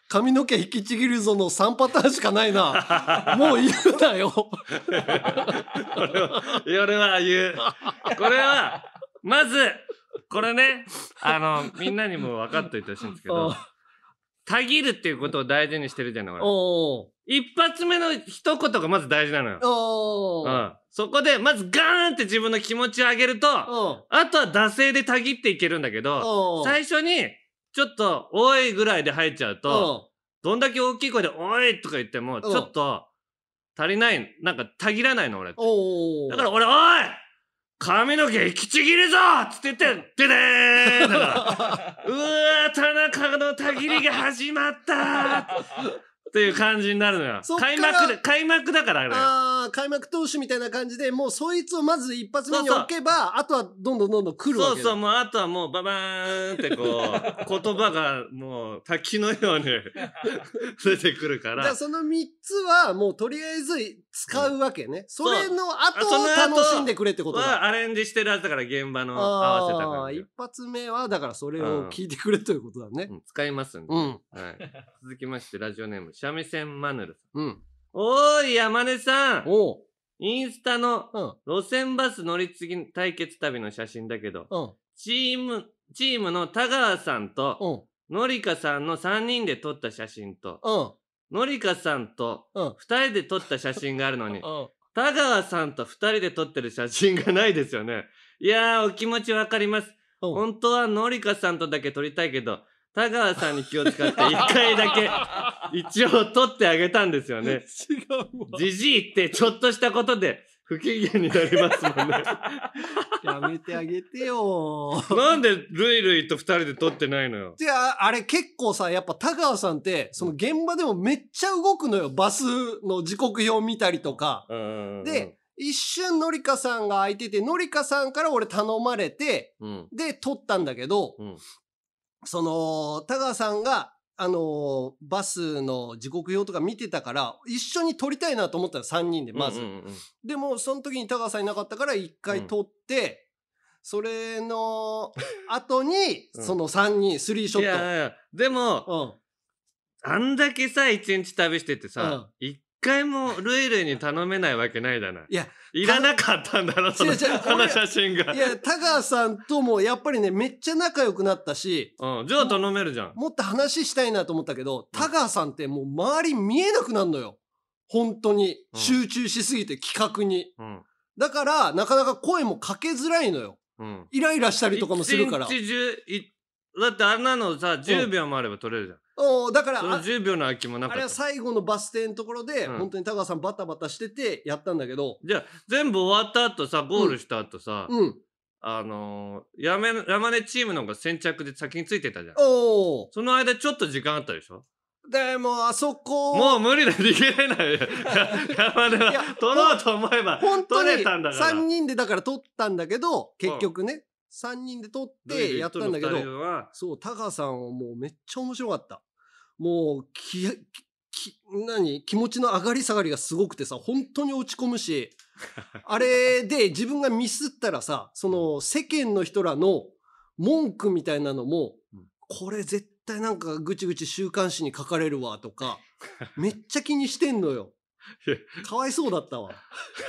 B: 髪の毛引きちぎるぞのさんパターンしかないな。もう言うなよ。
A: 俺は、俺は言う。これは、まず、これね、あの、みんなにも分かっといてほしいんですけど、たぎるっていうことを大事にしてるじゃない、俺。お一発目の一言がまず大事なのよ。おうん、そこで、まずガーンって自分の気持ちを上げると、あとは惰性でたぎっていけるんだけど、最初に、ちょっと、おいぐらいで入っちゃうと、どんだけ大きい声で、おいとか言っても、ちょっと、足りない、なんか、たぎらないの、俺って。だから俺、おい髪の毛引きちぎるぞつって言って、ででーんだから、うわー、田中のたぎりが始まったっていう感じになるのよ。開幕で、開幕だからあれ。
B: ああ、開幕投手みたいな感じで、もうそいつをまず一発目に置けば、そうそうあとはどんどんどんどん来るわけだ。
A: そうそう、もうあとはもうババーンってこう、言葉がもう滝のように出てくるから。
B: じゃあそのみっつはもうとりあえず使うわけね。うん、それの後を楽しんでくれってことだ。
A: はアレンジしてるはずだから現場の合わせたから。
B: 一発目はだからそれを聞いてくれということだね。
A: うん、使いますんで。うん、はい、続きましてラジオネーム三味線マヌルさん。うん、おーい山根さん。おインスタの路線バス乗り継ぎ対決旅の写真だけど、うん、チームチームの田川さんとのりかさんのさんにんで撮った写真と、のりかさんとふたりで撮った写真があるのに、うん、田川さんとふたりで撮ってる写真がないですよね。いやーお気持ちわかります。うん、本当はのりかさんとだけ撮りたいけど田川さんに気を使っていっかいだけ一応撮ってあげたんですよね。違うわ。じじいってちょっとしたことで不機嫌になりますもんね。
B: やめてあげてよ。
A: なんでルイルイと二人で撮ってないのよ。
B: で、あれ結構さ、やっぱ田川さんって、その現場でもめっちゃ動くのよ。バスの時刻表見たりとか。で、一瞬のりかさんが空いてて、のりかさんから俺頼まれて、うん、で、撮ったんだけど、うん、その、田川さんが、あのー、バスの時刻表とか見てたから、一緒に撮りたいなと思ったらさんにんで、まず。うんうんうん、でも、その時に田川さんいなかったから、一回撮って、うん、それの後に、そのさんにん、スリーショット。いやいや、
A: でも、うん、あんだけさ、一日旅しててさ、一、うん、回もルイルイに頼めないわけないじゃない。いや、いらなかったんだろ、その、この写真が。
B: いや、田川さんともやっぱりね、めっちゃ仲良くなったし。
A: うん、じゃあ頼めるじゃん。
B: もっと話したいなと思ったけど、田川さんってもう周り見えなくなるのよ。本当に。集中しすぎて企画に。うん、だから、なかなか声もかけづらいのよ。うん、イライラしたりとかもするから。
A: 一日中、だってあんなのさ、じゅうびょうもあれば撮れるじゃん。
B: おだから、
A: そのじゅうびょうの空きもなかった。
B: あれは最後のバス停のところで、うん、本当に田川さんバタバタしててやったんだけど。
A: じゃあ、全部終わった後さ、ゴールした後さ、うんうん、あのー、やめ、山根チームの方が先着で先についてたじゃん。おその間ちょっと時間あったでしょ。
B: でも、あそこ。
A: もう無理だ、逃げれないよ。山根は、取ろうと思えば、取れたんだから。
B: さんにんでだから取ったんだけど、結局ね。さんにんで撮ってやったんだけど、そう、田川さんはもうめっちゃ面白かった。もう、き、き、何気持ちの上がり下がりがすごくてさ、本当に落ち込むし、あれで自分がミスったらさ、その世間の人らの文句みたいなのも、うん、これ絶対なんかぐちぐち週刊誌に書かれるわとか、めっちゃ気にしてんのよ。かわいそうだったわ。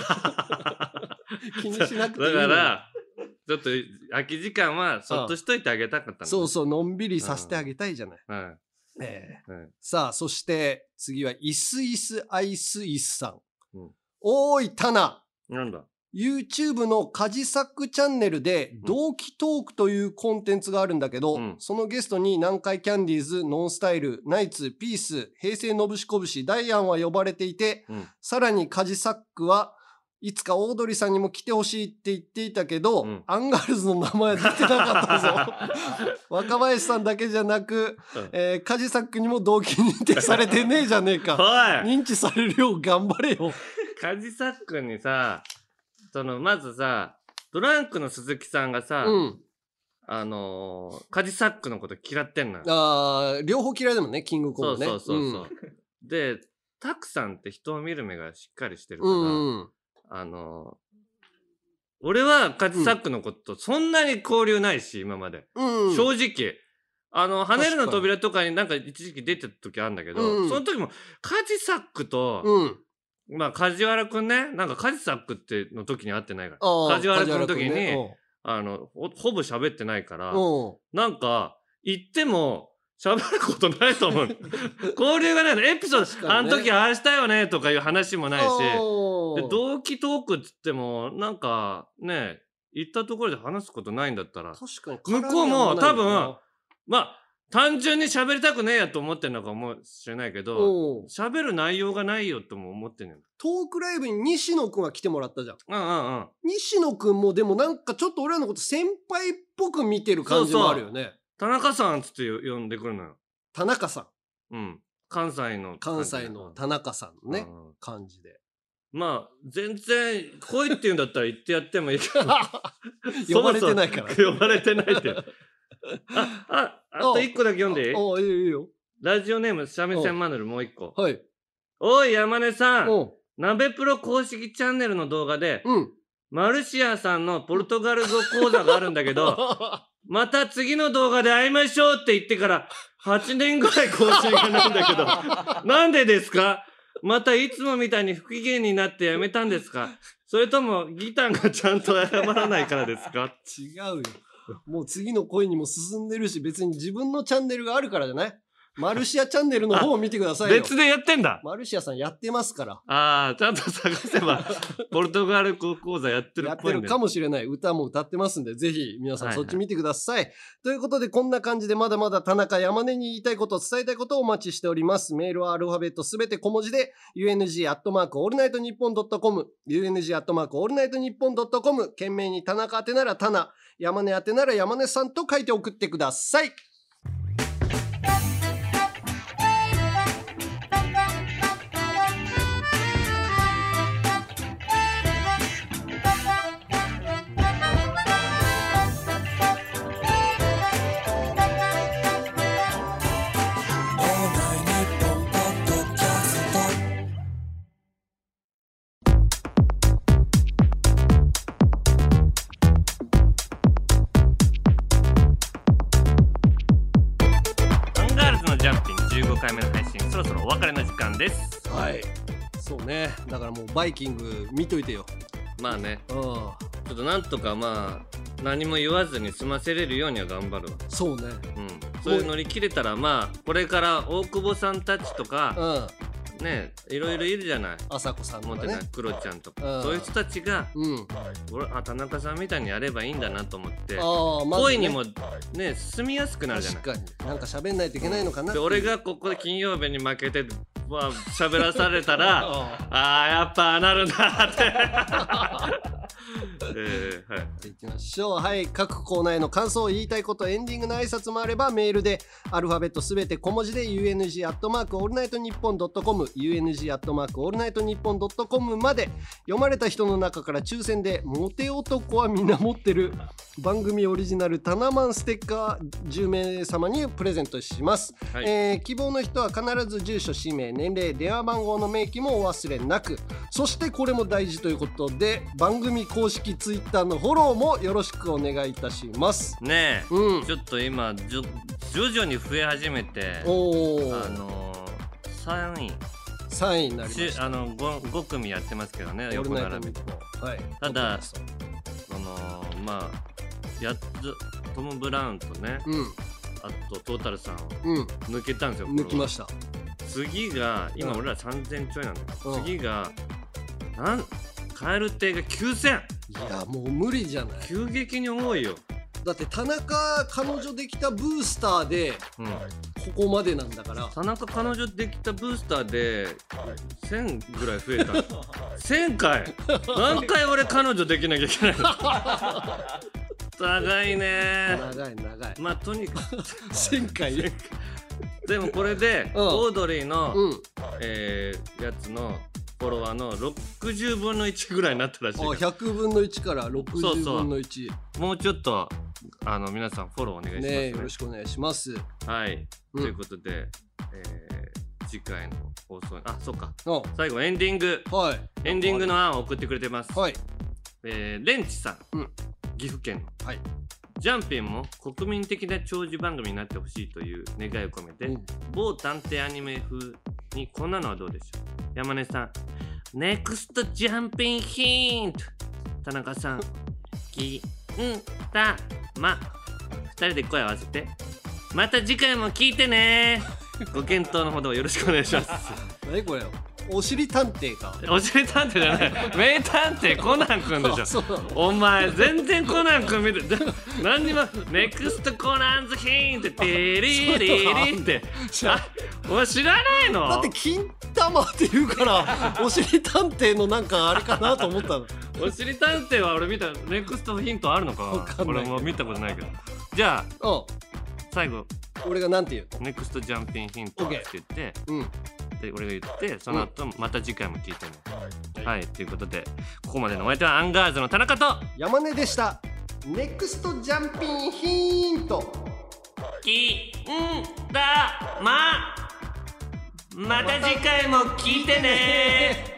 B: 気にしなくていいの。
A: だから、ちょっと空き時間はそっとしといてあげたかったの。
B: そうそう、のんびりさせてあげたいじゃない。うんうんえーうん、さあ、そして次はイスイスアイスイスさん。うん、おーい、タナ。
A: なんだ
B: YouTube のカジサックチャンネルで同期トークというコンテンツがあるんだけど、うん、そのゲストに南海キャンディーズ、ノンスタイル、ナイツ、ピース、平成のぶしこぶし、ダイアンは呼ばれていて、うん、さらにカジサックはいつかオードリーさんにも来てほしいって言っていたけど、うん、アンガールズの名前出てなかったぞ。若林さんだけじゃなく、うんえー、カジサックにも同期認定されてねえじゃねえか。認知されるよう頑張れよ。
A: カジサックにさ、そのまずさ、ドランクの鈴木さんがさ、うん、あのー、カジサックのこと嫌ってんのよ。
B: ああ、両方嫌いだもんね、キングコングね。
A: そうそうそうそう、うん。で、タクさんって人を見る目がしっかりしてるから、うんうんあの俺はカジサックのことそんなに交流ないし、今まで、うん、正直あの跳ねるの扉とかになんか一時期出てた時あるんだけど、うん、その時もカジサックと、うん、まあ梶原くんね、なんかカジサックっての時に会ってないから、梶原くんの時に、ね、あの ほ, ほぼ喋ってないから、なんか言っても喋ることないと思う交流がないの。エピソード、ね、あの時ああしたよねとかいう話もないし、で同期トークっつってもなんかね、行ったところで話すことないんだったら、確かに向こうも多分まあ単純に喋りたくねえやと思ってるのかもしれないけど、喋る内容がないよとも思ってんのよ。
B: トークライブに西野くんは来てもらったじゃん。
A: うんうんうん。
B: 西野くんもでもなんかちょっと俺らのこと先輩っぽく見てる感じもあるよね。そうそう、
A: 田中さんっつって呼んでくるのよ。
B: 田中さ
A: ん。うん。関西の。
B: 関西の田中さんのね、うん、感じで。
A: まあ全然来いって言うんだったら言ってやってもいいけど
B: 呼ばれてないから。
A: 呼ばれてないって。あ、あ、あと一個だけ読んでいい？
B: お、いいよいいよ。
A: ラジオネーム三味線マヌルもう一個。
B: はい。
A: おい山根さん、鍋プロ公式チャンネルの動画で、うん、マルシアさんのポルトガル語講座があるんだけどまた次の動画で会いましょうって言ってからはちねんぐらい更新がないんだけどなんでですか？またいつもみたいに不機嫌になってやめたんですか？それともギターがちゃんと謝らないからですか？
B: 違うよ。もう次の恋にも進んでるし、別に自分のチャンネルがあるからじゃない？マルシアチャンネルの方を見てくださいよ。
A: 別でやってんだ。
B: マルシアさんやってますから。
A: ああ、ちゃんと探せばポルトガル語講座やってるっぽいんで。
B: やってるかもしれない。歌も歌ってますんで、ぜひ皆さんそっち見てください。はいはい、ということでこんな感じでまだまだ田中山根に言いたいこと、伝えたいことをお待ちしております。メールはアルファベットすべて小文字で ユーエヌジー アットマークオールナイトニッポンドットコム ユーエヌジー アットマークオールナイトニッポンドットコム、懸命に田中宛てなら田中、山根宛てなら山根さんと書いて送ってください。はい、そうね。だからもうバイキング見といてよ。
A: まあね、うん、ちょっとなんとかまあ何も言わずに済ませれるようには頑張るわ。
B: そうね、
A: うん、そういう乗り切れたらまあこれから大久保さんたちとか、うん、ねいろいろいるじゃない。
B: 朝子さんとかね、
A: クロちゃんとか、うん、そういう人たちが、うん、俺あ田中さんみたいにやればいいんだなと思って、あ、まずね、恋にもね進みやすくなるじゃない。
B: 確かになんか喋んないといけないのかな。
A: で俺がここで金曜日に負けてまあ喋らされたらああやっぱなるなって
B: えー、はい、いきましょう。はい、各コーナーへの感想、言いたいこと、エンディングの挨拶もあればメールでアルファベットすべて小文字で ユーエヌジー アットマークオールナイトニッポンドットコム ユーエヌジー アットマークオールナイトニッポンドットコムまで読まれた人の中から抽選でモテ男はみんな持ってる番組オリジナルタナマンステッカーじゅうめい様にプレゼントします、はい、えー、希望の人は必ず住所、氏名、年齢、電話番号の明記もお忘れなく。そしてこれも大事ということで番組公式ツイッターのフォローもよろしくお願いいたします
A: ねえ、うん、ちょっと今じょ徐々に増え始めて、おあのー、さんい
B: さんいになりました。
A: あの 5, ご組やってますけどね、横並び、はい、ただそのまあやっとトム・ブラウンとね、うん、あとトータルさんを抜けたんですよ、
B: うん、抜きました。
A: 次が今俺らさんぜんちょいなんだけど、うん、次がなんカエル亭がきゅうせん。い
B: やもう無理じゃない。
A: 急激に多いよ。
B: だって田中彼女できたブースターでここまでなんだから、うん、
A: 田中彼女できたブースターでせんぐらい増えたせんかい何回俺彼女できなきゃいけないの長いね。
B: 長い長い。
A: まあとにかく
B: せんかい
A: でもこれで、うん、オードリーの、うん、えー、やつのフォロワーのろくじゅうぶんのいちぐらいになったらしいから。
B: あ、ひゃくぶんのいちからろくじゅうぶんのいち。
A: そうそう、もうちょっとあの皆さんフォローお願いします ね, ね。
B: よろしくお願いします。
A: はい、うん、ということで、えー、次回の放送、あ、そうか、最後エンディング、はい、エンディングの案を送ってくれてます。はい、えー、レンチさん、うん、岐阜県の、はい、 ジャンピンも国民的な長寿番組になってほしいという願いを込めて、うん、某探偵アニメ風にこんなのはどうでしょう。山根さん、ネクストジャンピンヒント。田中さん、きんたま。ふたりで声合わせて、また次回も聞いてね。ご検討のほどよろしくお願いします。
B: 何これ、おしり探偵か。
A: おしり探偵じゃない、名探偵コナンくんでしょ。お前全然コナンくん見て何にもネクストコナンズヒントテリリリってお前知らないの？
B: だって金玉って言うからおしり探偵のなんかあれかなと思ったの。
A: おしり探偵は俺見たネクストヒントあるのかな。俺も見たことないけど。じゃあ最後
B: 俺がなんて言う
A: の？ネクストジャンピンヒントって言って、うん、で俺が言って、その後、うん、また次回も聞いてね。はい、はい、ということでここまでのお相手はアンガールズの田中と
B: 山根でした。ネクストジャンピンヒント
A: きんだま。また次回も聞いてね